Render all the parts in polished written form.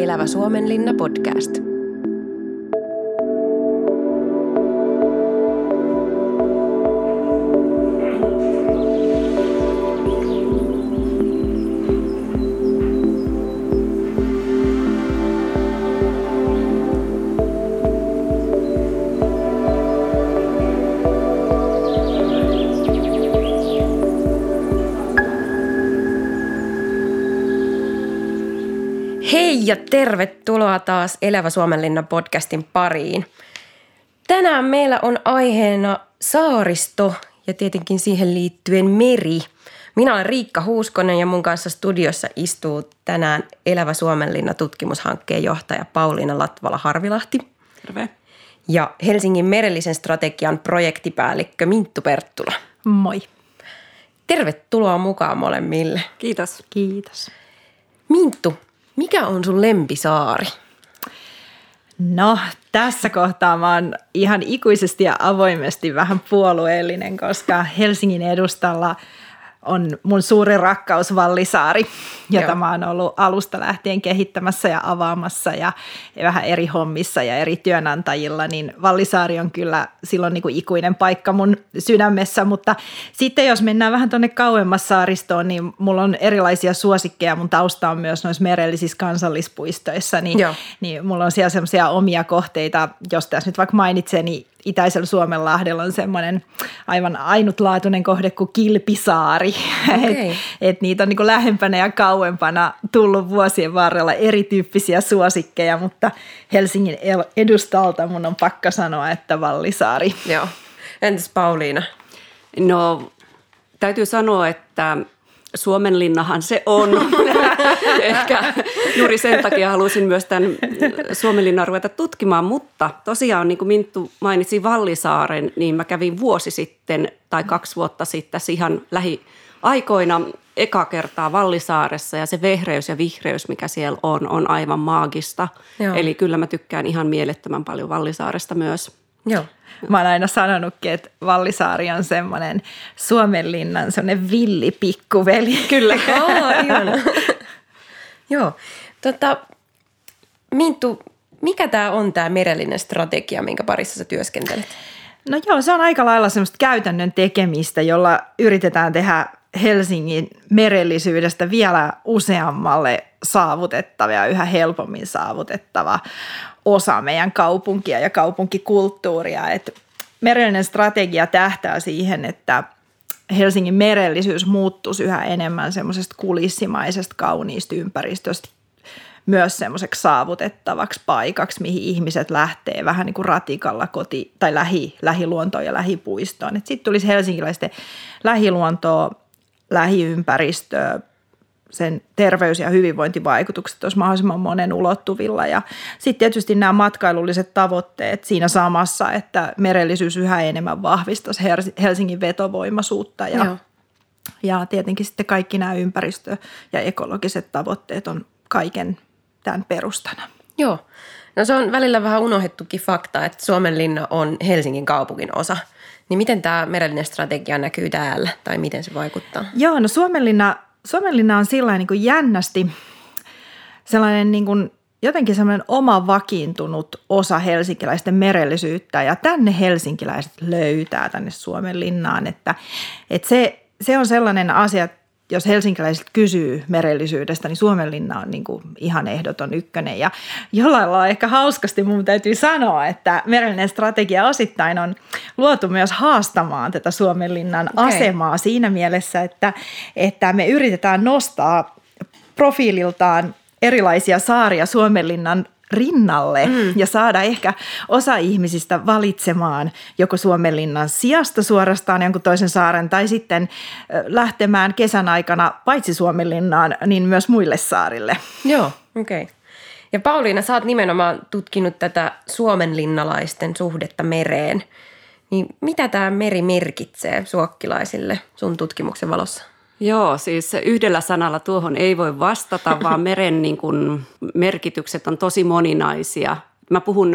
Elävä Suomenlinna podcast. Hei ja tervetuloa taas Elävä Suomenlinna podcastin pariin. Tänään meillä on aiheena saaristo ja tietenkin siihen liittyen meri. Minä olen Riikka Huuskonen ja mun kanssa studiossa istuu tänään Elävä Suomenlinna tutkimushankkeen johtaja Pauliina Latvala-Harvilahti. Terve. Ja Helsingin merellisen strategian projektipäällikkö Minttu Perttula. Moi. Tervetuloa mukaan molemmille. Kiitos. Kiitos. Minttu, mikä on sun lempisaari? No, tässä kohtaa mä oon ihan ikuisesti ja avoimesti vähän puolueellinen, koska Helsingin edustalla on mun suuri rakkaus Vallisaari, jota mä oon ollut alusta lähtien kehittämässä ja avaamassa ja vähän eri hommissa ja eri työnantajilla, niin Vallisaari on kyllä silloin niin kuin ikuinen paikka mun sydämessä, mutta sitten jos mennään vähän tuonne kauemmas saaristoon, niin mulla on erilaisia suosikkeja, mun tausta on myös noissa merellisissä kansallispuistoissa, niin mulla on siellä semmoisia omia kohteita, jos tässä nyt vaikka mainitsee, niin itäisellä Suomenlahdella on semmoinen aivan ainutlaatuinen kohde kuin Kilpisaari. Okay. Et niitä on niin kuin lähempänä ja kauempana tullut vuosien varrella erityyppisiä suosikkeja, mutta Helsingin edustalta mun on pakko sanoa, että Vallisaari. Joo. Entäs Pauliina? No, täytyy sanoa, että Suomenlinnahan se on. Ehkä juuri sen takia halusin myös tämän Suomenlinnan ruveta tutkimaan, mutta tosiaan niin kuin Minttu mainitsi Vallisaaren, niin mä kävin vuosi sitten tai 2 vuotta sitten tässä ihan lähiaikoina eka kertaa Vallisaaressa ja se vehreys ja vihreys, mikä siellä on aivan maagista. Joo. Eli kyllä mä tykkään ihan mielettömän paljon Vallisaaresta myös. Joo. Mä oon aina sanonutkin, että Vallisaari on semmoinen Suomenlinnan semmoinen villipikkuveli. Kyllä. Ihana. Joo. Minttu, mikä tämä on tämä merellinen strategia, minkä parissa sä työskentelet? No joo, se on aika lailla semmoista käytännön tekemistä, jolla yritetään tehdä Helsingin merellisyydestä vielä useammalle saavutettava ja yhä helpommin saavutettava osa meidän kaupunkia ja kaupunkikulttuuria. Et merellinen strategia tähtää siihen, että Helsingin merellisyys muuttuisi yhä enemmän semmoisesta kulissimaisesta kauniista ympäristöstä myös semmoiseksi saavutettavaksi paikaksi, mihin ihmiset lähtee vähän niin kuin ratikalla tai lähiluontoon ja lähipuistoon. Sitten tulisi helsinkiläisten lähiluontoa, lähiympäristöä, sen terveys- ja hyvinvointivaikutukset olisi mahdollisimman monen ulottuvilla. Ja sitten tietysti nämä matkailulliset tavoitteet siinä samassa, että merellisyys yhä enemmän vahvistaisi Helsingin vetovoimaisuutta. Ja tietenkin sitten kaikki nämä ympäristö- ja ekologiset tavoitteet on kaiken tämän perustana. Joo. No se on välillä vähän unohdettukin fakta, että Suomenlinna on Helsingin kaupungin osa. Niin miten tämä merellinen strategia näkyy täällä tai miten se vaikuttaa? Joo, no Suomenlinna on sillain niin kuin jännästi sellainen niin kuin jotenkin sellainen oma vakiintunut osa helsinkiläisten merellisyyttä ja tänne helsinkiläiset löytää tänne Suomenlinnaan, että se on sellainen asia, jos helsinkiläiset kysyy merellisyydestä, niin Suomenlinna on niin kuin ihan ehdoton ykkönen. Ja jollain lailla ehkä hauskasti mun täytyy sanoa, että merellinen strategia osittain on luotu myös haastamaan tätä Suomenlinnan asemaa siinä mielessä, että me yritetään nostaa profiililtaan erilaisia saaria Suomenlinnan rinnalle ja saada ehkä osa ihmisistä valitsemaan joko Suomenlinnan sijasta suorastaan jonkun toisen saaren tai sitten lähtemään kesän aikana paitsi Suomenlinnaan, niin myös muille saarille. Joo, okei. Okay. Ja Pauliina, sä oot nimenomaan tutkinut tätä suomenlinnalaisten suhdetta mereen. Niin mitä tämä meri merkitsee suokkilaisille sun tutkimuksen valossa? Joo, siis yhdellä sanalla tuohon ei voi vastata, vaan meren niin kuin merkitykset on tosi moninaisia. Mä puhun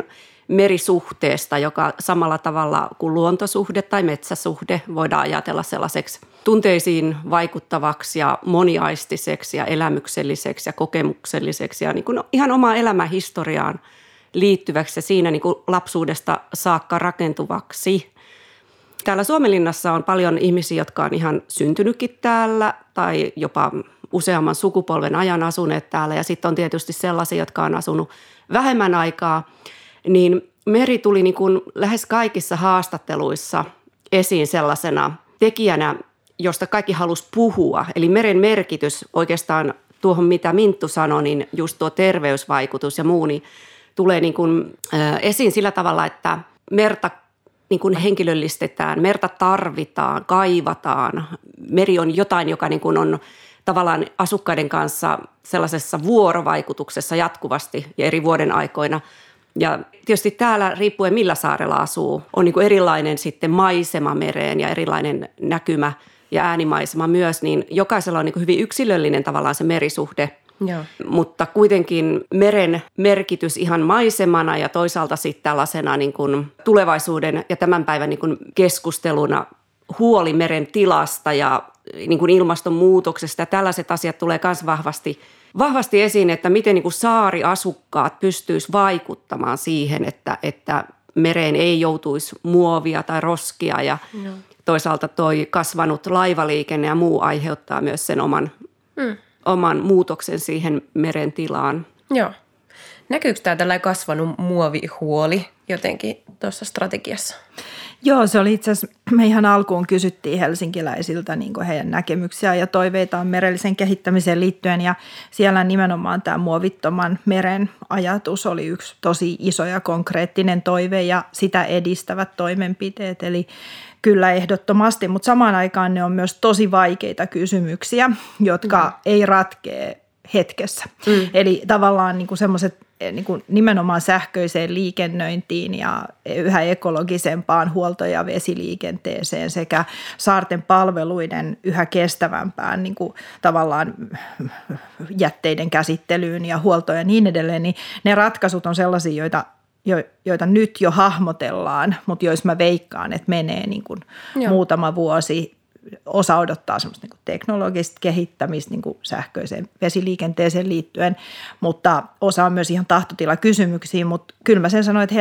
merisuhteesta, joka samalla tavalla kuin luontosuhde tai metsäsuhde voidaan ajatella sellaiseksi tunteisiin vaikuttavaksi ja moniaistiseksi ja elämykselliseksi ja kokemukselliseksi ja niin kuin ihan omaan elämänhistoriaan liittyväksi ja siinä niin kuin lapsuudesta saakka rakentuvaksi. Täällä Suomenlinnassa on paljon ihmisiä, jotka on ihan syntynytkin täällä tai jopa useamman sukupolven ajan asuneet täällä ja sitten on tietysti sellaisia, jotka on asunut vähemmän aikaa, niin meri tuli niin kuin lähes kaikissa haastatteluissa esiin sellaisena tekijänä, josta kaikki halusi puhua. Eli meren merkitys oikeastaan tuohon, mitä Minttu sanoi, niin just tuo terveysvaikutus ja muu, niin tulee niin kuin esiin sillä tavalla, että merta niin kuin henkilöllistetään, merta tarvitaan, kaivataan. Meri on jotain, joka niin kuin on tavallaan asukkaiden kanssa sellaisessa vuorovaikutuksessa jatkuvasti ja eri vuoden aikoina. Ja tietysti täällä, riippuen millä saarella asuu, on niin kuin erilainen sitten maisema mereen ja erilainen näkymä ja äänimaisema myös, niin jokaisella on niin kuin hyvin yksilöllinen tavallaan se merisuhde. Joo. Mutta kuitenkin meren merkitys ihan maisemana ja toisaalta sitten tällaisena niin kuin tulevaisuuden ja tämän päivän niin kuin keskusteluna huoli meren tilasta ja niin kuin ilmastonmuutoksesta ja tällaiset asiat tulee myös vahvasti esiin, että miten niin kuin saariasukkaat pystyisivät vaikuttamaan siihen, että mereen ei joutuisi muovia tai roskia ja toisaalta toi kasvanut laivaliikenne ja muu aiheuttaa myös sen oman muutoksen siihen meren tilaan. Joo. Näkyykö tämä tällainen kasvanut muovihuoli jotenkin tuossa strategiassa? Joo, se oli itse asiassa, me ihan alkuun kysyttiin helsinkiläisiltä niin kuin heidän näkemyksiä ja toiveitaan merellisen kehittämiseen liittyen ja siellä nimenomaan tämä muovittoman meren ajatus oli yksi tosi iso ja konkreettinen toive ja sitä edistävät toimenpiteet, eli kyllä ehdottomasti, mutta samaan aikaan ne on myös tosi vaikeita kysymyksiä, jotka ei ratkea hetkessä. Eli tavallaan niin kuin semmoiset niin kuin nimenomaan sähköiseen liikennöintiin ja yhä ekologisempaan huolto- ja vesiliikenteeseen sekä saarten palveluiden yhä kestävämpään niin kuin tavallaan jätteiden käsittelyyn ja huoltoon ja niin edelleen, niin ne ratkaisut on sellaisia, joita nyt jo hahmotellaan, mutta joissa mä veikkaan, että menee niin kuin muutama vuosi. Osa odottaa semmoista niin kuin teknologista kehittämistä niin kuin sähköiseen vesiliikenteeseen liittyen, mutta osa on myös ihan tahtotilakysymyksiä, mutta kyllä mä sen sanoin, että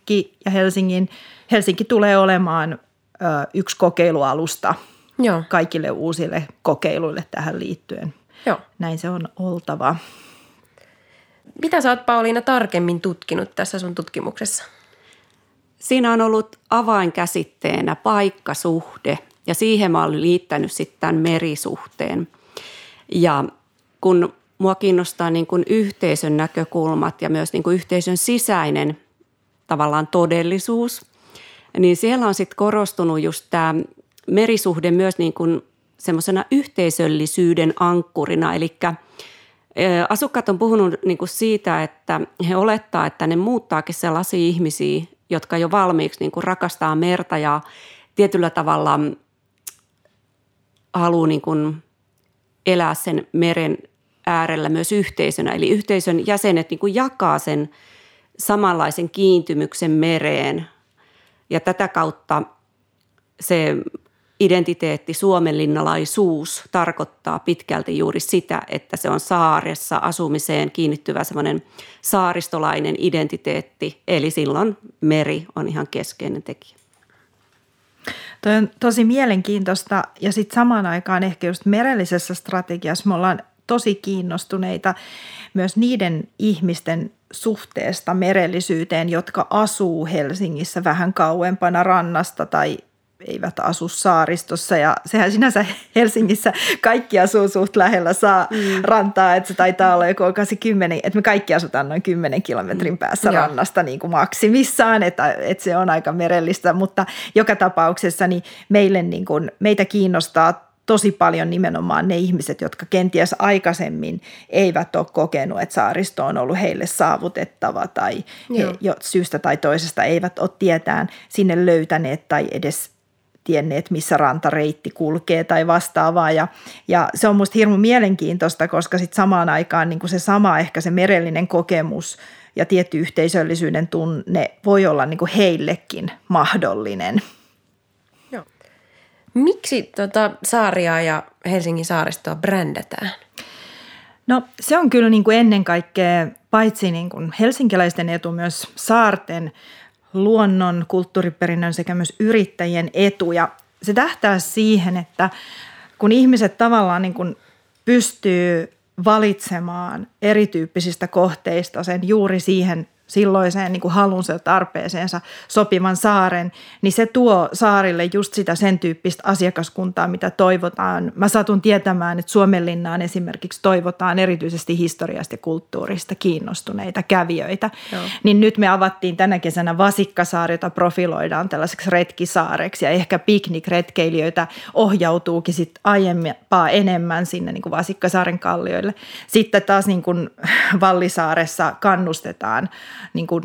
Helsinki tulee olemaan yksi kokeilualusta kaikille uusille kokeiluille tähän liittyen. Joo. Näin se on oltava. Mitä sä oot, Pauliina, tarkemmin tutkinut tässä sun tutkimuksessa? Siinä on ollut avainkäsitteenä paikkasuhde ja siihen mä olen liittänyt sitten tämän merisuhteen. Ja kun mua kiinnostaa niin kuin yhteisön näkökulmat ja myös niin kuin yhteisön sisäinen tavallaan todellisuus, niin siellä on sitten korostunut just tämä merisuhde myös niin kuin semmoisena yhteisöllisyyden ankkurina, eli asukkaat on puhunut niin kuin siitä, että he olettaa, että ne muuttaakin sellaisia ihmisiä, jotka jo valmiiksi niin kuin rakastaa merta ja tietyllä tavalla haluaa niin kuin elää sen meren äärellä myös yhteisönä. Eli yhteisön jäsenet niin kuin jakaa sen samanlaisen kiintymyksen mereen ja tätä kautta se identiteetti, suomenlinnalaisuus tarkoittaa pitkälti juuri sitä, että se on saaressa asumiseen kiinnittyvä semmoinen saaristolainen identiteetti, eli silloin meri on ihan keskeinen tekijä. Toi on tosi mielenkiintoista ja sitten samaan aikaan ehkä just merellisessä strategiassa me ollaan tosi kiinnostuneita myös niiden ihmisten suhteesta merellisyyteen, jotka asuu Helsingissä vähän kauempana rannasta tai eivät asu saaristossa ja sehän sinänsä Helsingissä kaikki asuu suht lähellä rantaa, että se taitaa olla joku 80, että me kaikki asutaan noin 10 kilometrin päässä rannasta niin kuin maksimissaan, että se on aika merellistä, mutta joka tapauksessa niin meitä kiinnostaa tosi paljon nimenomaan ne ihmiset, jotka kenties aikaisemmin eivät ole kokenut, että saaristo on ollut heille saavutettava tai he syystä tai toisesta eivät ole tietään sinne löytäneet tai edes tienneet, missä rantareitti kulkee tai vastaavaa. Ja se on musta hirmu mielenkiintoista, koska sitten samaan aikaan niin kuin se sama ehkä se merellinen kokemus ja tietty yhteisöllisyyden tunne voi olla niin kuin heillekin mahdollinen. Joo. Miksi saaria ja Helsingin saaristoa brändätään? No se on kyllä niin kuin ennen kaikkea paitsi niin kuin helsinkiläisten etu, myös saarten luonnon, kulttuuriperinnön sekä myös yrittäjien etu. Ja se tähtää siihen, että kun ihmiset tavallaan niin kuin pystyy valitsemaan erityyppisistä kohteista sen juuri siihen silloiseen niin kuin halunsa ja tarpeeseensa sopivan saaren, niin se tuo saarille just sitä sen tyyppistä asiakaskuntaa, mitä toivotaan. Mä satun tietämään, että Suomenlinnaan esimerkiksi toivotaan erityisesti historiasta ja kulttuurista kiinnostuneita kävijöitä. Joo. Niin nyt me avattiin tänä kesänä Vasikkasaari, jota profiloidaan tällaiseksi retkisaareksi, ja ehkä piknikretkeilijöitä ohjautuukin sitten aiempaa enemmän sinne niin kuin Vasikkasaaren kallioille. Sitten taas niin kuin Vallisaaressa kannustetaan niin kuin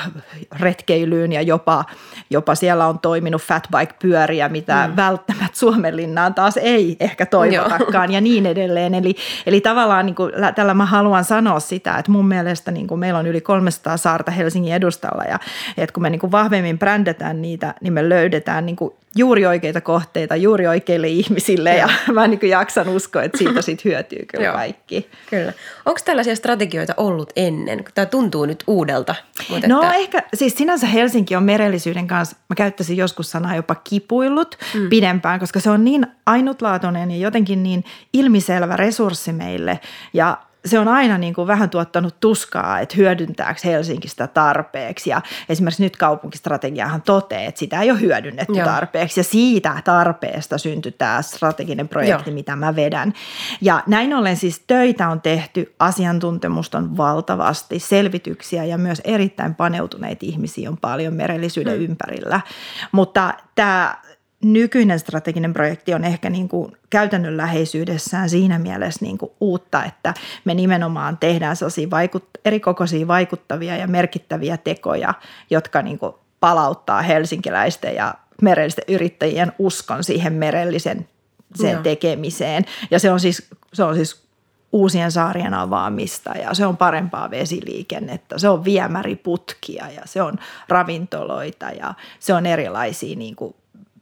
retkeilyyn ja jopa siellä on toiminut fatbike-pyöriä, mitä välttämättä Suomenlinnaan taas ei ehkä toivotakaan ja niin edelleen. Eli tavallaan niin kuin, tällä mä haluan sanoa sitä, että mun mielestä niin kuin meillä on yli 300 saarta Helsingin edustalla ja että kun me niin kuin vahvemmin brändätään niitä, niin me löydetään niin kuin juuri oikeita kohteita juuri oikeille ihmisille ja mä niin kuin jaksan uskoa, että siitä sitten hyötyy kyllä kaikki. Kyllä. Onko tällaisia strategioita ollut ennen? Tämä tuntuu nyt uudelta. No ehkä, siis sinänsä Helsinki on merellisyyden kanssa, mä käyttäisin joskus sanaa jopa kipuillut pidempään, koska se on niin ainutlaatuinen ja jotenkin niin ilmiselvä resurssi meille ja se on aina niin kuin vähän tuottanut tuskaa, että hyödyntääkö Helsingistä tarpeeksi. Ja esimerkiksi nyt kaupunkistrategiahan toteaa, että sitä ei ole hyödynnetty tarpeeksi. Ja siitä tarpeesta syntyi tämä strateginen projekti, mitä mä vedän. Ja näin ollen siis töitä on tehty, asiantuntemusta on valtavasti, selvityksiä ja myös erittäin paneutuneita ihmisiä on paljon merellisyyden ympärillä. Mutta tämä nykyinen strateginen projekti on ehkä niin kuin käytännönläheisyydessään siinä mielessä niin kuin uutta, että me nimenomaan tehdään sellaisia erikokoisia vaikuttavia ja merkittäviä tekoja, jotka niin kuin palauttaa helsinkiläisten ja merellisten yrittäjien uskon siihen merellisen tekemiseen. Ja se on siis uusien saarien avaamista ja se on parempaa vesiliikennettä, se on viemäriputkia ja se on ravintoloita ja se on erilaisia niin kuin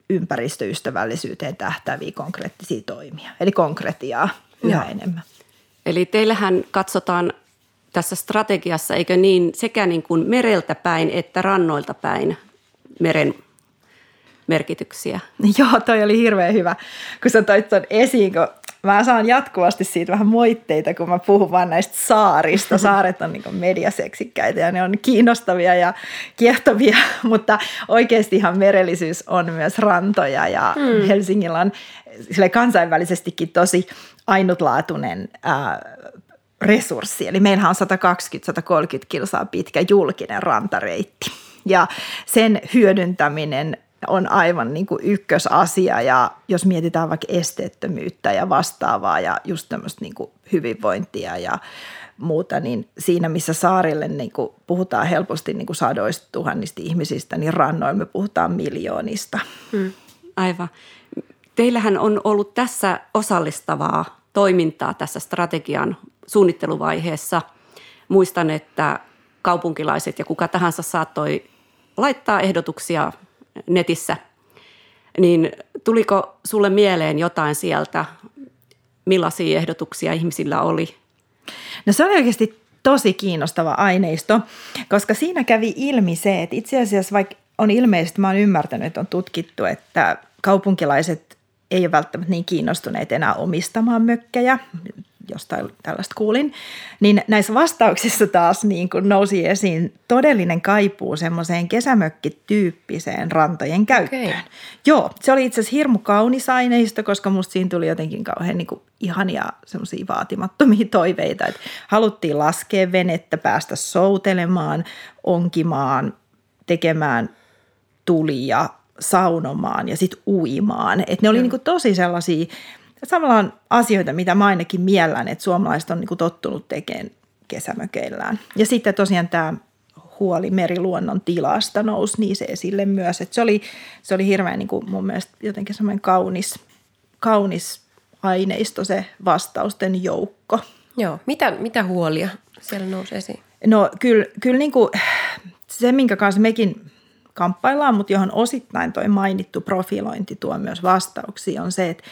ympäristöystävällisyyteen tähtääviä konkreettisia toimia. Eli konkretiaa yhä enemmän. Eli teillähän katsotaan tässä strategiassa, eikö niin, sekä niin kuin mereltä päin että rannoilta päin meren merkityksiä? Joo, toi oli hirveän hyvä, kun sä toit ton esiin, kun mä saan jatkuvasti siitä vähän moitteita, kun mä puhun vaan näistä saarista. Saaret on niin kuin mediaseksikkäitä ja ne on kiinnostavia ja kiehtovia, mutta oikeastihan merellisyys on myös rantoja ja Helsingillä on kansainvälisestikin tosi ainutlaatuinen resurssi. Eli meillähän on 120-130 kilsaa pitkä julkinen rantareitti ja sen hyödyntäminen on aivan niin kuin ykkösasia ja jos mietitään vaikka esteettömyyttä ja vastaavaa ja just tämmöistä niin kuin hyvinvointia ja muuta, niin siinä missä saarille niin kuin puhutaan helposti niin kuin 100 000 ihmisistä, niin rannoilla me puhutaan miljoonista. Aivan. Teillähän on ollut tässä osallistavaa toimintaa tässä strategian suunnitteluvaiheessa. Muistan, että kaupunkilaiset ja kuka tahansa saattoi laittaa ehdotuksia netissä, niin tuliko sulle mieleen jotain sieltä, millaisia ehdotuksia ihmisillä oli? No se oli oikeasti tosi kiinnostava aineisto, koska siinä kävi ilmi se, että itse asiassa vaikka on ilmeisesti, mä oon ymmärtänyt, että on tutkittu, että kaupunkilaiset ei ole välttämättä niin kiinnostuneet enää omistamaan mökkejä, jostain tällaista kuulin, niin näissä vastauksissa taas niin kuin nousi esiin todellinen kaipuu semmoiseen kesämökkityyppiseen rantojen käyttöön. Okay. Joo, se oli itse asiassa hirmu kaunis aineisto, koska musta siinä tuli jotenkin kauhean niin kuin ihania semmoisia vaatimattomia toiveita, että haluttiin laskea venettä, päästä soutelemaan, onkimaan, tekemään tulia, saunomaan ja sitten uimaan. Että ne oli niin kuin tosi sellaisia samalla asioita, mitä mä ainakin miellän, että suomalaiset on niin kuin tottunut tekemään kesämökeillään. Ja sitten tosiaan tämä huoli meriluonnon tilasta nousi niin se esille myös. Että se oli hirveän niin kuin mun mielestä jotenkin semmoinen kaunis aineisto se vastausten joukko. Joo, mitä huolia siellä nousi esiin? No kyllä niin kuin se, minkä kanssa mekin kamppaillaan, mutta johon osittain toi mainittu profilointi tuo myös vastauksia, on se, että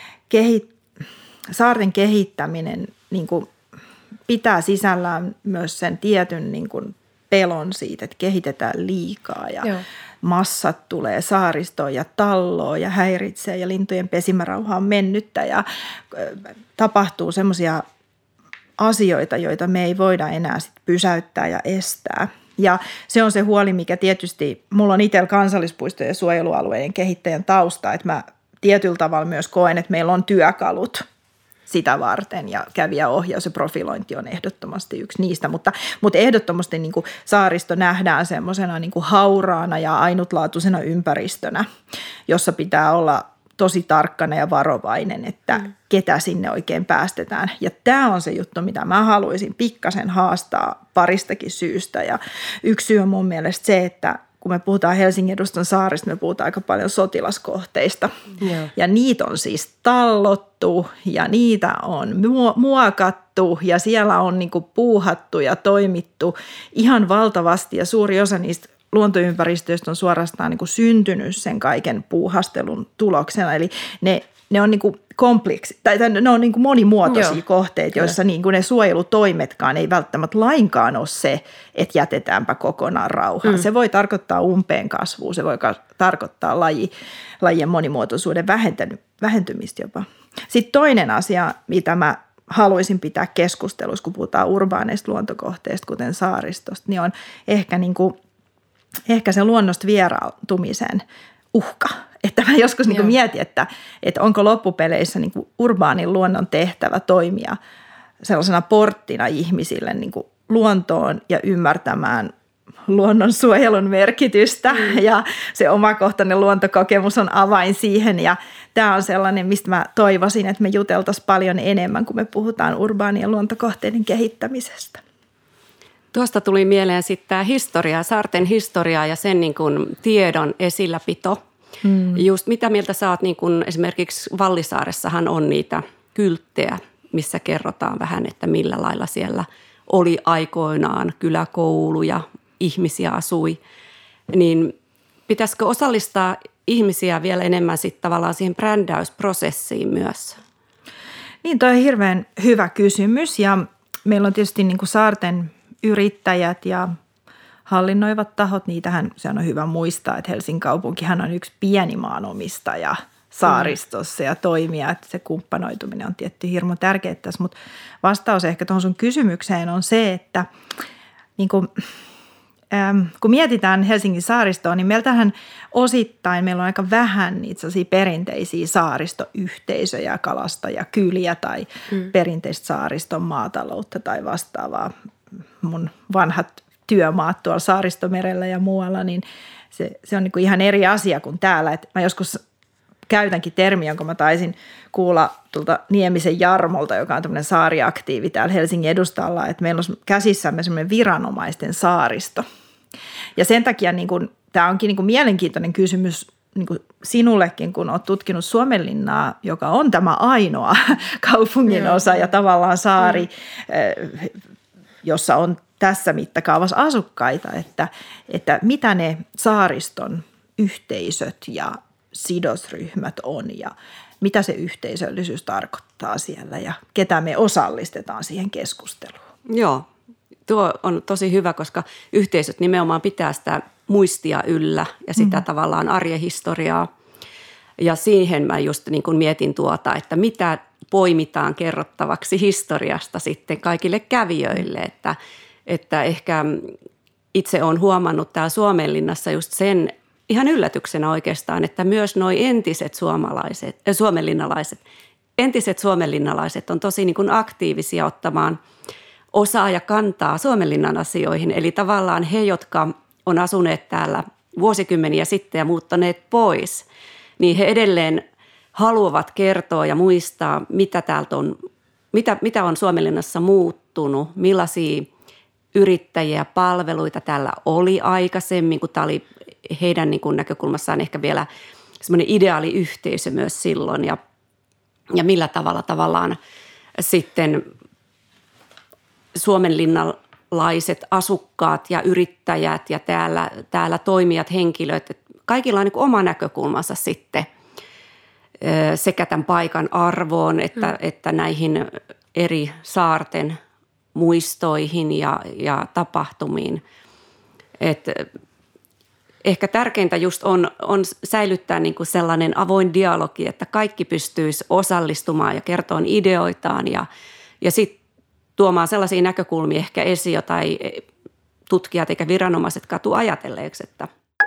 saarten kehittäminen niin kuin pitää sisällään myös sen tietyn niin kuin pelon siitä, että kehitetään liikaa ja massat tulee saaristoon ja talloon ja häiritsee ja lintujen pesimärauha on mennyttä ja tapahtuu semmoisia asioita, joita me ei voida enää sit pysäyttää ja estää. Ja se on se huoli, mikä tietysti, mulla on itsellä kansallispuistojen ja suojelualueiden kehittäjän tausta, että mä tietyllä tavalla myös koen, että meillä on työkalut sitä varten ja kävijäohjaus ja profilointi on ehdottomasti yksi niistä, mutta ehdottomasti niin kuin saaristo nähdään semmoisena niin kuin hauraana ja ainutlaatuisena ympäristönä, jossa pitää olla tosi tarkkana ja varovainen, että ketä sinne oikein päästetään. Ja tämä on se juttu, mitä mä haluaisin pikkasen haastaa paristakin syystä. Ja yksi syy on mun mielestä se, että kun me puhutaan Helsingin edustan saarista, me puhutaan aika paljon sotilaskohteista. Ja niitä on siis tallottu ja niitä on muokattu ja siellä on niinku puuhattu ja toimittu ihan valtavasti ja suuri osa niistä luontoympäristöistä on suorastaan niin kuin syntynyt sen kaiken puuhastelun tuloksena. Eli ne on niin kuin ne on niin kuin monimuotoisia kohteita, joissa niin kuin ne suojelutoimetkaan ei välttämättä lainkaan ole se, että jätetäänpä kokonaan rauhaan. Se voi tarkoittaa umpeen kasvua, se voi tarkoittaa lajien monimuotoisuuden vähentymistä jopa. Sitten toinen asia, mitä mä haluaisin pitää keskustelussa, kun puhutaan urbaaneista luontokohteista, kuten saaristosta, niin on ehkä se luonnosta vieraantumisen uhka. Että mä joskus niin kuin mietin, että onko loppupeleissä niin kuin urbaanin luonnon tehtävä toimia sellaisena porttina ihmisille niin kuin luontoon ja ymmärtämään luonnonsuojelun merkitystä ja se omakohtainen luontokokemus on avain siihen ja tämä on sellainen, mistä mä toivoisin, että me juteltaisiin paljon enemmän, kun me puhutaan urbaanien luontokohteiden kehittämisestä. Tuosta tuli mieleen sitten tämä historia, saarten historia ja sen niin kuin tiedon esilläpito. Just mitä mieltä sä oot, niin kuin esimerkiksi Vallisaaressahan on niitä kylttejä, missä kerrotaan vähän, että millä lailla siellä oli aikoinaan kyläkouluja, ihmisiä asui. Niin pitäisikö osallistaa ihmisiä vielä enemmän sitten tavallaan siihen brändäysprosessiin myös? Niin, toi on hirveän hyvä kysymys ja meillä on tietysti niin kuin saarten yrittäjät ja hallinnoivat tahot, niitähän se on hyvä muistaa, että Helsingin kaupunkihan on yksi pieni maanomistaja saaristossa ja toimija, että se kumppanoituminen on tietty hirmu tärkeää tässä, mutta vastaus ehkä tuohon sun kysymykseen on se, että niin kun mietitään Helsingin saaristoa, niin meillä on aika vähän niitä perinteisiä saaristoyhteisöjä, kalastajakyliä tai perinteistä saariston maataloutta tai vastaavaa. Mun vanhat työmaat tuolla Saaristomerellä ja muualla, niin se on niin kuin ihan eri asia kuin täällä. Et mä joskus käytänkin termiä, jonka mä taisin kuulla tuolta Niemisen Jarmolta, joka on tämmöinen saariaktiivi täällä Helsingin edustalla, että meillä on käsissämme semmoinen viranomaisten saaristo. Ja sen takia niin kuin, tämä onkin niin kuin mielenkiintoinen kysymys niin kuin sinullekin, kun olet tutkinut Suomenlinnaa, joka on tämä ainoa kaupungin osa ja tavallaan saari, jossa on tässä mittakaavassa asukkaita, että mitä ne saariston yhteisöt ja sidosryhmät on ja mitä se yhteisöllisyys tarkoittaa siellä ja ketä me osallistetaan siihen keskusteluun. Joo, tuo on tosi hyvä, koska yhteisöt nimenomaan pitää sitä muistia yllä ja sitä tavallaan arjen historiaa. Ja siihen mä just niin kuin mietin että mitä poimitaan kerrottavaksi historiasta sitten kaikille kävijöille, että ehkä itse olen huomannut täällä Suomenlinnassa just sen ihan yllätyksenä oikeastaan, että myös nuo entiset suomenlinnalaiset on tosi niin kuin aktiivisia ottamaan osaa ja kantaa Suomenlinnan asioihin. Eli tavallaan he, jotka on asuneet täällä vuosikymmeniä sitten ja muuttaneet pois, niin he edelleen haluavat kertoa ja muistaa, mitä täältä on, mitä on Suomenlinnassa muuttunut, millaisia yrittäjiä ja palveluita täällä oli aikaisemmin, kun tämä oli heidän niin kuin näkökulmassaan ehkä vielä semmoinen ideaali yhteisö myös silloin ja millä tavalla tavallaan sitten Suomenlinnan paikallislaiset asukkaat ja yrittäjät ja täällä toimijat, henkilöt, että kaikilla on niin kuin oma näkökulmansa sitten sekä tämän paikan arvoon että näihin eri saarten muistoihin ja tapahtumiin. Että ehkä tärkeintä just on säilyttää niin kuin sellainen avoin dialogi, että kaikki pystyisi osallistumaan ja kertomaan ideoitaan ja sitten tuomaan sellaisia näkökulmia ehkä esiin, jota ei tutkijat eikä viranomaiset katu ajatelleeksi. Että.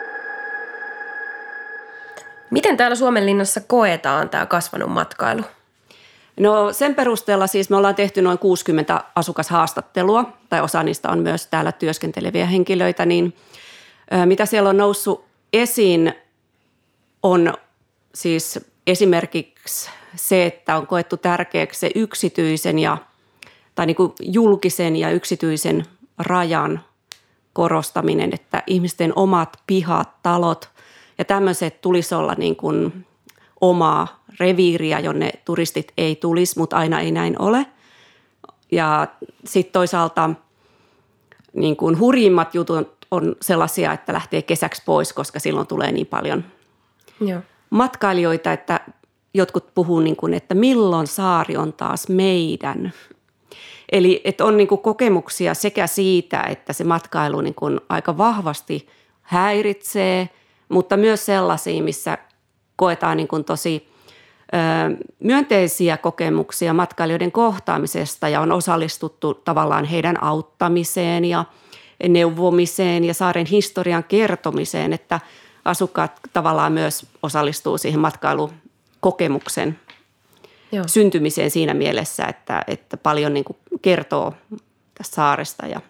Miten täällä Suomenlinnassa koetaan tämä kasvanut matkailu? No sen perusteella siis me ollaan tehty noin 60 asukashaastattelua, tai osa niistä on myös täällä työskenteleviä henkilöitä, niin mitä siellä on noussut esiin on siis esimerkiksi se, että on koettu tärkeäksi se yksityisen tai niin kuin julkisen ja yksityisen rajan korostaminen, että ihmisten omat pihat, talot ja tämmöiset tulisi olla niin kuin omaa reviiriä, jonne turistit ei tulisi, mutta aina ei näin ole. Ja sitten toisaalta niin kuin hurjimmat jutut on sellaisia, että lähtee kesäksi pois, koska silloin tulee niin paljon matkailijoita, että jotkut puhuu niin kuin, että milloin saari on taas meidän. Eli että on niin kuin kokemuksia sekä siitä, että se matkailu niin kuin aika vahvasti häiritsee, mutta myös sellaisia, missä koetaan niin kuin tosi myönteisiä kokemuksia matkailijoiden kohtaamisesta ja on osallistuttu tavallaan heidän auttamiseen ja neuvomiseen ja saaren historian kertomiseen, että asukkaat tavallaan myös osallistuu siihen matkailukokemuksen syntymiseen siinä mielessä, että paljon niin kuin kertoo tästä saaresta. Ja,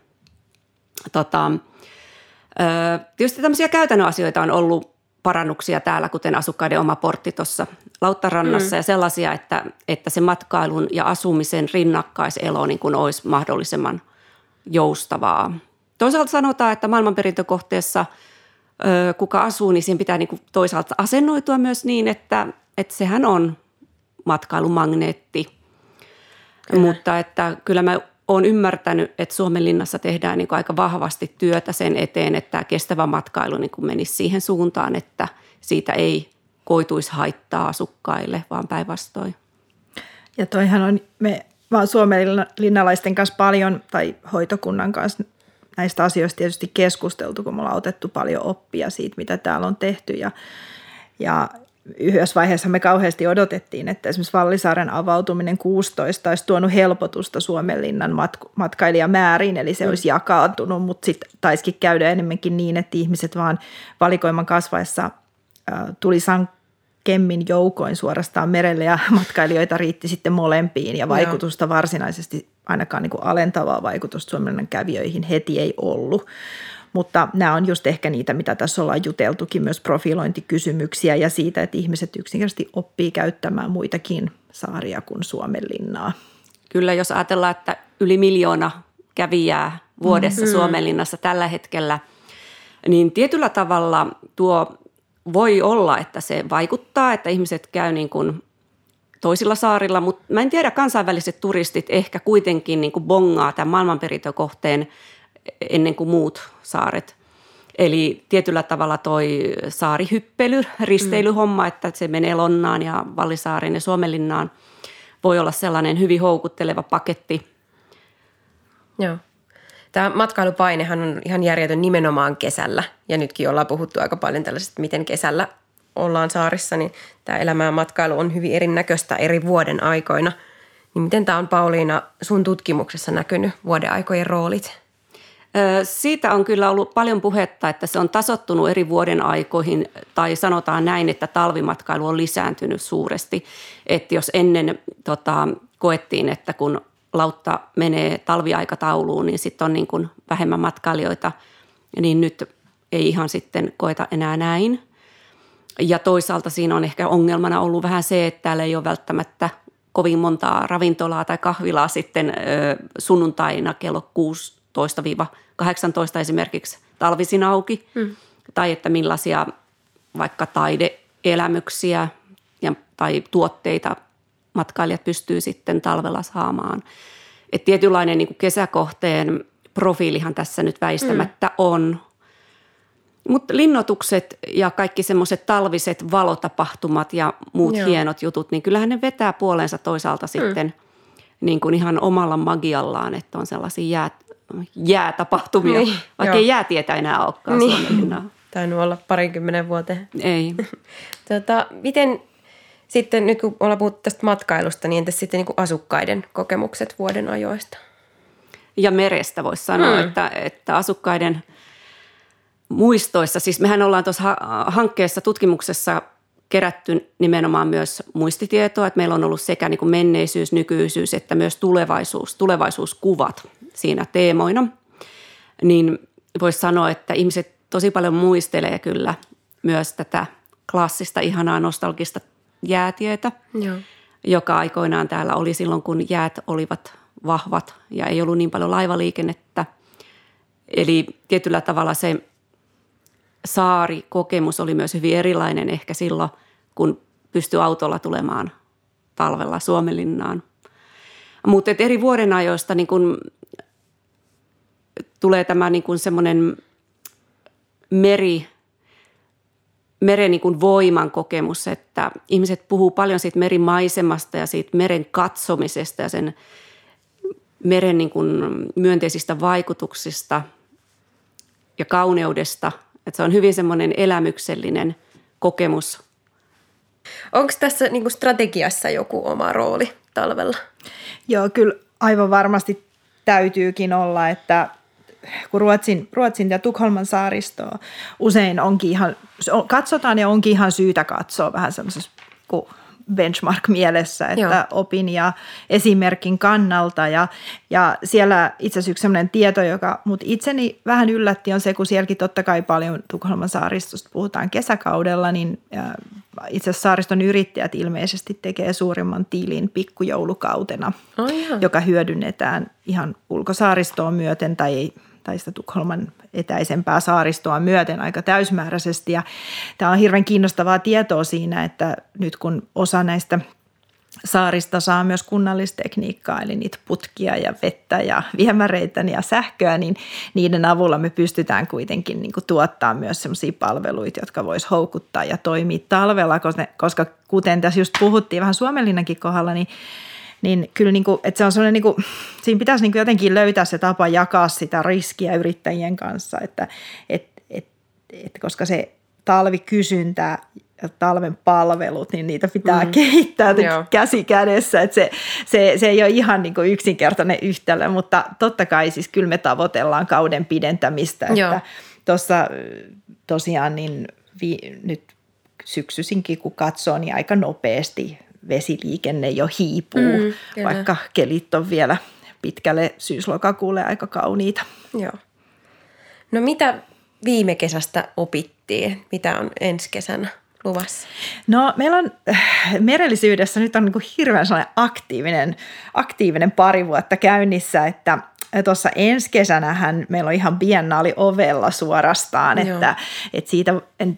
tietysti tämmöisiä käytännön asioita on ollut parannuksia täällä, kuten asukkaiden oma portti tuossa Lauttarannassa ja sellaisia, että se matkailun ja asumisen rinnakkaiselo niin kuin olisi mahdollisimman joustavaa. Toisaalta sanotaan, että maailmanperintökohteessa kuka asuu, niin siinä pitää niin kuin toisaalta asennoitua myös niin, että sehän on matkailumagneetti. Mutta että kyllä mä oon ymmärtänyt, että Suomenlinnassa tehdään niin kuin aika vahvasti työtä sen eteen, että kestävä matkailu niin kuin menisi siihen suuntaan, että siitä ei koituisi haittaa asukkaille, vaan päinvastoin. Ja toihan on, me vaan suomenlinnalaisten kanssa paljon, tai hoitokunnan kanssa näistä asioista tietysti keskusteltu, kun me ollaan otettu paljon oppia siitä, mitä täällä on tehty. Ja yhdessä vaiheessa me kauheasti odotettiin, että esimerkiksi Vallisaaren avautuminen 16 olisi tuonut helpotusta Suomenlinnan matkailijamääriin, eli se olisi jakaantunut, mutta sitten taisikin käydä enemmänkin niin, että ihmiset vaan valikoiman kasvaessa tuli sankemmin joukoin suorastaan merelle ja matkailijoita riitti sitten molempiin ja vaikutusta varsinaisesti ainakaan niin kuin alentavaa vaikutusta Suomenlinnan kävijöihin heti ei ollut. Mutta nämä on just ehkä niitä, mitä tässä ollaan juteltukin, myös profilointikysymyksiä ja siitä, että ihmiset yksinkertaisesti oppii käyttämään muitakin saaria kuin Suomenlinnaa. Kyllä, jos ajatellaan, että yli 1 miljoona kävijää vuodessa Suomenlinnassa tällä hetkellä, niin tietyllä tavalla tuo voi olla, että se vaikuttaa, että ihmiset käy niin kuin toisilla saarilla, mutta mä en tiedä, kansainväliset turistit ehkä kuitenkin niin kuin bongaa tämän maailmanperintökohteen ennen kuin muut saaret. Eli tietyllä tavalla toi saarihyppely, risteilyhomma, että se menee Lonnaan ja Vallisaareen ja Suomenlinnaan, voi olla sellainen hyvin houkutteleva paketti. Joo. Tämä matkailupainehan on ihan järjetön nimenomaan kesällä. Ja nytkin ollaan puhuttu aika paljon tällaisesta, miten kesällä ollaan saarissa, niin tämä elämä ja matkailu on hyvin erinäköistä eri vuoden aikoina. Niin miten tämä on, Pauliina, sun tutkimuksessa näkynyt vuoden aikojen roolit? Siitä on kyllä ollut paljon puhetta, että se on tasoittunut eri vuoden aikoihin, tai sanotaan näin, että talvimatkailu on lisääntynyt suuresti. Että jos ennen koettiin, että kun lautta menee talviaikatauluun, niin sitten on niin kuin vähemmän matkailijoita, niin nyt ei ihan sitten koeta enää näin. Ja toisaalta siinä on ehkä ongelmana ollut vähän se, että täällä ei ole välttämättä kovin montaa ravintolaa tai kahvilaa sitten sunnuntaina kello 16-18 esimerkiksi talvisin auki, tai että millaisia vaikka taideelämyksiä tai tuotteita matkailijat pystyy sitten talvella saamaan. Et tietynlainen niin kuin kesäkohteen profiilihan tässä nyt väistämättä on. Mutta linnoitukset ja kaikki semmoiset talviset valotapahtumat ja muut hienot jutut, niin kyllähän ne vetää puoleensa toisaalta sitten niin kuin ihan omalla magiallaan, että on sellaisia jäätapahtumia, vaikka ei jäätietä enää olekaan Suomenlinnaa. Tainnut olla 20 vuoteen. Ei. Miten sitten, nyt kun ollaan puhuttu tästä matkailusta, niin entäs sitten niin kuin asukkaiden kokemukset vuoden ajoista? Ja merestä voisi sanoa, että asukkaiden muistoissa, siis mehän ollaan tuossa hankkeessa, tutkimuksessa kerätty nimenomaan myös muistitietoa, että meillä on ollut sekä niin kuin menneisyys, nykyisyys, että myös tulevaisuuskuvat siinä teemoina. Niin voisi sanoa, että ihmiset tosi paljon muistelee kyllä myös tätä klassista, ihanaa, nostalgista jäätietä, joka aikoinaan täällä oli silloin, kun jäät olivat vahvat ja ei ollut niin paljon laivaliikennettä. Eli tietyllä tavalla se saarikokemus oli myös hyvin erilainen ehkä silloin, kun pystyi autolla tulemaan talvella Suomenlinnaan. Mutta eri vuodenajoista niin kun tulee tämä niin kun semmoinen meren niin kun voiman kokemus, että ihmiset puhuu paljon siitä merimaisemasta ja siitä meren katsomisesta ja sen meren niin kun myönteisistä vaikutuksista ja kauneudesta. Että se on hyvin semmoinen elämyksellinen kokemus. Onko tässä niin kuin strategiassa joku oma rooli talvella? Joo, kyllä aivan varmasti täytyykin olla, että kun Ruotsin ja Tukholman saaristoa usein onkin ihan, katsotaan ja onkin ihan syytä katsoa vähän semmoisessa benchmark mielessä, että opin ja esimerkin kannalta. Ja siellä itse asiassa yksi sellainen tieto, joka mut itseni vähän yllätti, on se, kun sielläkin totta kai paljon Tukholman saaristosta puhutaan kesäkaudella, niin itse asiassa saariston yrittäjät ilmeisesti tekee suurimman tilin pikkujoulukautena, joka hyödynnetään ihan ulkosaaristoon myöten tai sitä Tukholman etäisempää saaristoa myöten aika täysmääräisesti. Ja tämä on hirveän kiinnostavaa tietoa siinä, että nyt kun osa näistä saarista saa myös kunnallistekniikkaa, eli niitä putkia ja vettä ja viemäreitä ja sähköä, niin niiden avulla me pystytään kuitenkin niin kuin tuottaa myös sellaisia palveluita, jotka vois houkuttaa ja toimia talvella, koska kuten tässä just puhuttiin vähän Suomenlinnankin kohdalla, niin kyllä niin kuin, että se on sellainen, niin kuin, siinä pitäisi niin kuin jotenkin löytää se tapa jakaa sitä riskiä yrittäjien kanssa, että koska se talvikysyntä ja talven palvelut, niin niitä pitää kehittää käsi kädessä, että se ei ole ihan niin kuin yksinkertainen yhtälö, mutta totta kai siis kyllä me tavoitellaan kauden pidentämistä, että tuossa tosiaan niin nyt syksyisinkin kun katsoo, niin aika nopeasti vesiliikenne jo hiipuu, vaikka kelit on vielä pitkälle syyslokakuulle aika kauniita. Joo. No mitä viime kesästä opittiin? Mitä on ensi kesänä luvassa? No meillä on merellisyydessä nyt on niin kuin hirveän sellainen aktiivinen pari vuotta käynnissä, että tuossa ensi kesänähän meillä on ihan biennaali ovella suorastaan, että siitä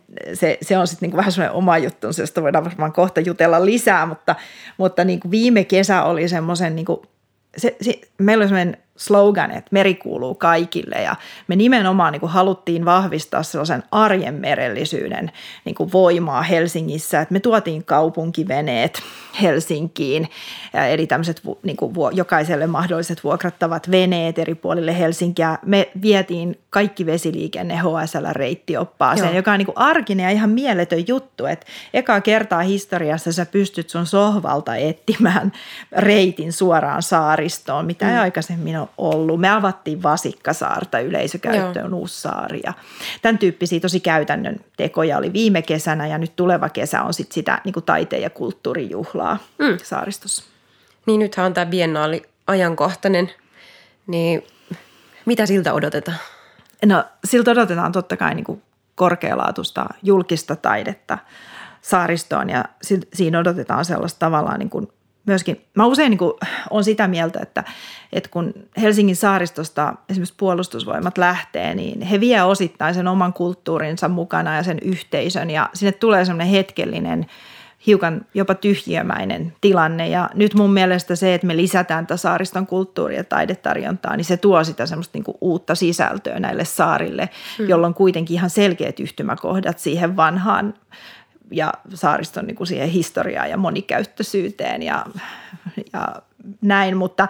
se on sitten niinku vähän semmoinen oma juttunsa, josta voidaan varmaan kohta jutella lisää, mutta niinku viime kesä oli semmoisen, niinku, meillä oli semmoinen slogan, että meri kuuluu kaikille ja me nimenomaan niin kuin haluttiin vahvistaa sellaisen arjen merellisyyden niin kuin voimaa Helsingissä, että me tuotiin kaupunkiveneet Helsinkiin, eli tämmöiset niin kuin jokaiselle mahdolliset vuokrattavat veneet eri puolille Helsinkiä. Me vietiin kaikki vesiliikenne HSL-reittioppaaseen, joka on niin kuin arkinen ja ihan mieletön juttu, että ekaa kertaa historiassa sä pystyt sun sohvalta etsimään reitin suoraan saaristoon, mitä ei aikaisemmin ole ollut. Me avattiin Vasikkasaarta yleisökäyttöön uusi saari ja tämän tyyppisiä tosi käytännön tekoja oli viime kesänä ja nyt tuleva kesä on sitten sitä niin kuin taiteen ja kulttuurijuhlaa saaristossa. Niin nythän on tämä biennaali ajankohtainen, niin mitä siltä odotetaan? No siltä odotetaan totta kai niin kuin korkealaatuista julkista taidetta saaristoon ja siinä odotetaan sellaista tavallaan niin kuin myöskin, mä usein niin kuin olen sitä mieltä, että kun Helsingin saaristosta esimerkiksi puolustusvoimat lähtee, niin he vie osittain sen oman kulttuurinsa mukana ja sen yhteisön ja sinne tulee semmoinen hetkellinen hiukan jopa tyhjiömäinen tilanne. Ja nyt mun mielestä se, että me lisätään tätä saariston kulttuuri- ja taidetarjontaa, niin se tuo sitä semmoista niin kuin uutta sisältöä näille saarille, jolloin kuitenkin ihan selkeät yhtymäkohdat siihen vanhaan ja saariston niin kuin siihen historiaan ja monikäyttöisyyteen ja näin, mutta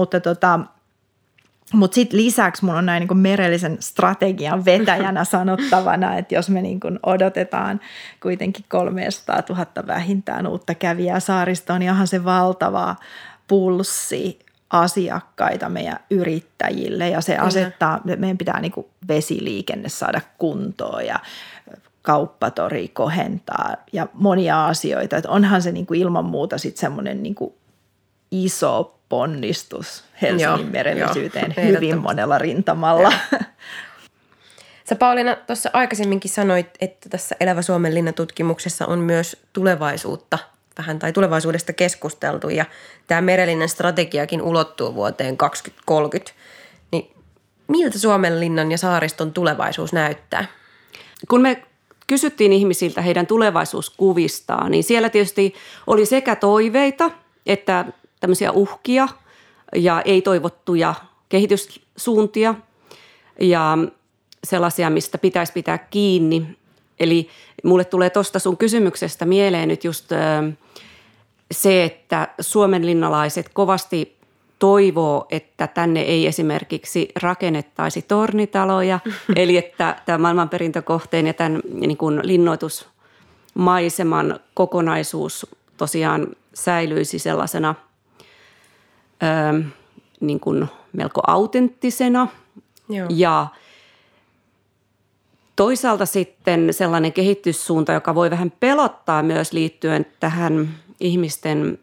sitten lisäksi mun on näin niin kuin merellisen strategian vetäjänä sanottavana, että jos me niin kuin odotetaan kuitenkin 300 000 vähintään uutta kävijää saaristoon, niin onhan se valtava pulssi asiakkaita meidän yrittäjille ja se asettaa, meidän pitää niin kuin vesiliikenne saada kuntoon ja kauppatori kohentaa ja monia asioita. Että onhan se niin kuin ilman muuta sitten semmoinen niin kuin iso ponnistus Helsingin merellisyyteen hyvin monella rintamalla. Sä Pauliina tuossa aikaisemminkin sanoit, että tässä Elävä Suomenlinna -tutkimuksessa on myös tulevaisuutta vähän tai tulevaisuudesta keskusteltu ja tämä merellinen strategiakin ulottuu vuoteen 2030. Niin miltä Suomenlinnan ja saariston tulevaisuus näyttää? Kun me kysyttiin ihmisiltä heidän tulevaisuuskuvistaan, niin siellä tietysti oli sekä toiveita että tämmöisiä uhkia ja ei-toivottuja kehityssuuntia ja sellaisia, mistä pitäisi pitää kiinni. Eli mulle tulee tuosta sun kysymyksestä mieleen nyt just se, että suomenlinnalaiset kovasti toivoo, että tänne ei esimerkiksi rakennettaisi tornitaloja, eli että tämä maailmanperintökohteen ja tämän niin kuin linnoitusmaiseman kokonaisuus tosiaan säilyisi sellaisena niin kuin melko autenttisena. Joo. Ja toisaalta sitten sellainen kehityssuunta, joka voi vähän pelottaa myös liittyen tähän ihmisten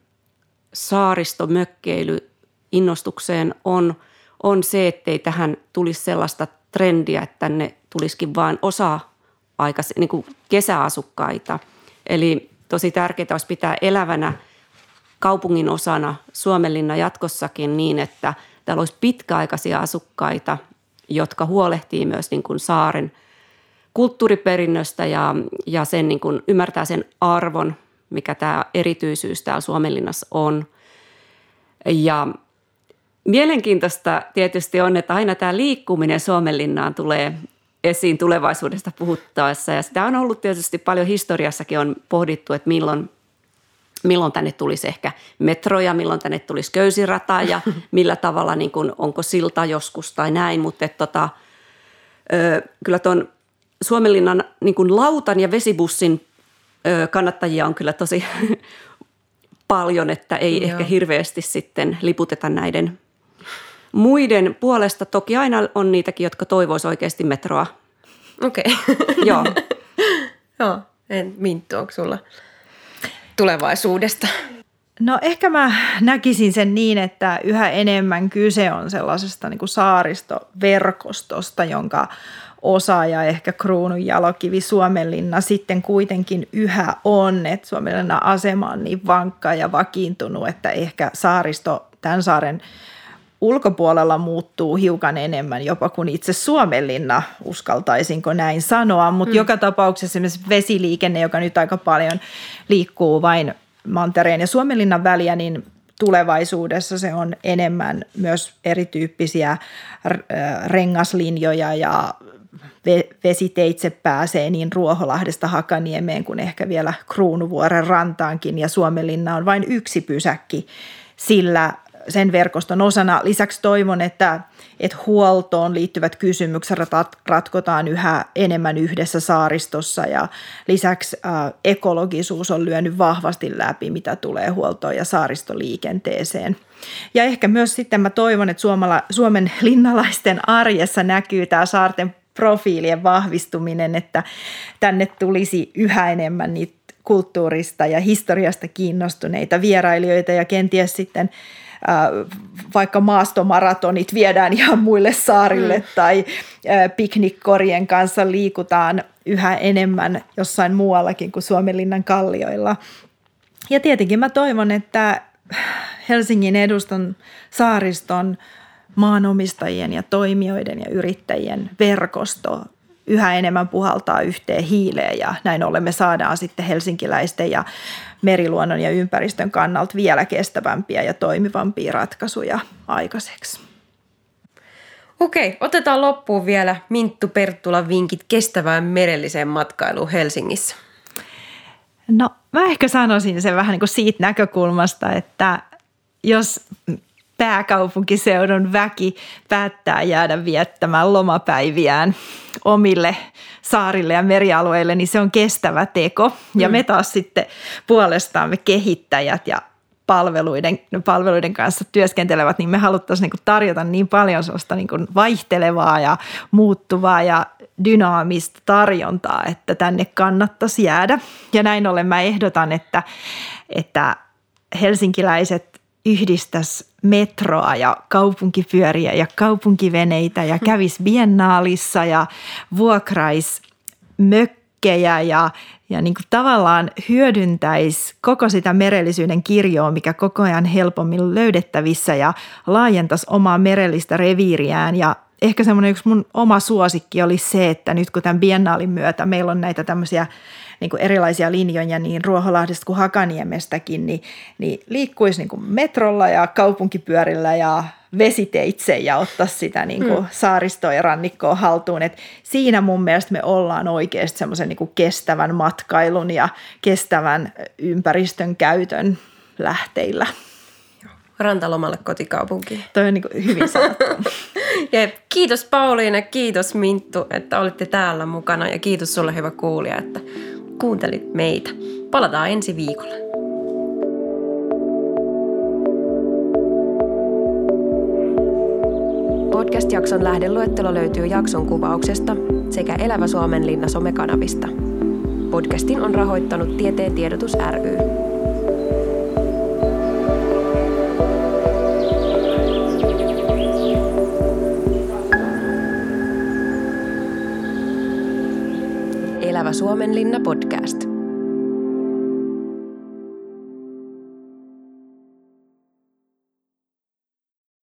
saaristomökkeilyinnostukseen on se, ettei tähän tulisi sellaista trendiä, että tänne tulisikin vain niin kuin kesäasukkaita. Eli tosi tärkeää olisi pitää elävänä kaupungin osana Suomenlinna jatkossakin niin, että täällä olisi pitkäaikaisia asukkaita, jotka huolehtii myös niin kuin saaren kulttuuriperinnöstä ja sen niin kuin ymmärtää sen arvon, mikä tämä erityisyys täällä Suomenlinnassa on. Ja mielenkiintoista tietysti on, että aina tämä liikkuminen Suomenlinnaan tulee esiin tulevaisuudesta puhuttaessa. Ja sitä on ollut tietysti paljon historiassakin on pohdittu, että milloin tänne tulisi ehkä metroja, milloin tänne tulisi köysirata ja millä tavalla, niin kuin, onko silta joskus tai näin. Mutta kyllä tuon Suomenlinnan niin kuin lautan ja vesibussin kannattajia on kyllä tosi paljon, että ei ehkä hirveästi sitten liputeta näiden muiden puolesta. Toki aina on niitäkin, jotka toivoisi oikeasti metroa. Okei. Joo. Joo. Minttu, onko sulla tulevaisuudesta? No ehkä mä näkisin sen niin, että yhä enemmän kyse on sellaisesta niin kuin saaristoverkostosta, jonka osa ja ehkä kruunun jalokivi Suomenlinna sitten kuitenkin yhä on, että Suomenlinnan asema on niin vankka ja vakiintunut, että ehkä saaristo tämän saaren ulkopuolella muuttuu hiukan enemmän jopa kuin itse Suomenlinna, uskaltaisinko näin sanoa, mutta joka tapauksessa esimerkiksi vesiliikenne, joka nyt aika paljon liikkuu vain Mantereen ja Suomenlinnan väliä, niin tulevaisuudessa se on enemmän myös erityyppisiä rengaslinjoja ja vesiteitse pääsee niin Ruoholahdesta Hakaniemeen kuin ehkä vielä Kruunuvuoren rantaankin ja Suomenlinna on vain yksi pysäkki sillä sen verkoston osana. Lisäksi toivon, että huoltoon liittyvät kysymykset ratkotaan yhä enemmän yhdessä saaristossa ja lisäksi ekologisuus on lyönyt vahvasti läpi, mitä tulee huoltoon ja saaristoliikenteeseen. Ja ehkä myös sitten mä toivon, että Suomen linnalaisten arjessa näkyy tämä saarten profiilien vahvistuminen, että tänne tulisi yhä enemmän niitä kulttuurista ja historiasta kiinnostuneita vierailijoita ja kenties sitten vaikka maastomaratonit viedään ihan muille saarille tai piknikkorien kanssa liikutaan yhä enemmän jossain muuallakin kuin Suomenlinnan kallioilla. Ja tietenkin mä toivon, että Helsingin edustan saariston maanomistajien ja toimijoiden ja yrittäjien verkosto yhä enemmän puhaltaa yhteen hiileen ja näin ollen me saadaan sitten helsinkiläisten ja meriluonnon ja ympäristön kannalta vielä kestävämpiä ja toimivampia ratkaisuja aikaiseksi. Okei, otetaan loppuun vielä Minttu Perttulan vinkit kestävään merelliseen matkailuun Helsingissä. No mä ehkä sanoisin sen vähän niin kuin siitä näkökulmasta, että jos pääkaupunkiseudun väki päättää jäädä viettämään lomapäiviään omille saarille ja merialueille, niin se on kestävä teko. Ja me taas sitten puolestaan me kehittäjät ja palveluiden kanssa työskentelevät, niin me haluttaisiin niin kuin tarjota niin paljon sellaista niin kuin vaihtelevaa ja muuttuvaa ja dynaamista tarjontaa, että tänne kannattaisi jäädä. Ja näin ollen mä ehdotan, että helsinkiläiset yhdistäisi metroa ja kaupunkipyöriä ja kaupunkiveneitä ja kävisi biennaalissa ja vuokraisi mökkejä ja niin kuin tavallaan hyödyntäisi koko sitä merellisyyden kirjoa, mikä koko ajan helpommin löydettävissä ja laajentaisi omaa merellistä reviiriään. Ja ehkä semmoinen yksi mun oma suosikki oli se, että nyt kun tämän biennaalin myötä meillä on näitä tämmöisiä niin kuin erilaisia linjoja niin Ruoholahdesta kuin Hakaniemestäkin, niin liikkuisi niin kuin metrolla ja kaupunkipyörillä ja vesiteitse ja ottaa sitä niin kuin saaristoa ja rannikkoa haltuun. Et siinä mun mielestä me ollaan oikeasti semmoisen niin kuin kestävän matkailun ja kestävän ympäristön käytön lähteillä. Rantalomalle kotikaupunkiin. Toi on niin kuin hyvin sanottu. Jep. Kiitos Pauliina, kiitos Minttu, että olitte täällä mukana ja kiitos sulle hyvä kuulija, että kuuntelit meitä. Palataan ensi viikolla. Podcast-jakson lähdeluettelo löytyy jakson kuvauksesta sekä Elävä Suomenlinna somekanavista. Podcastin on rahoittanut Tieteen tiedotus ry. Elävä Suomenlinna podcast.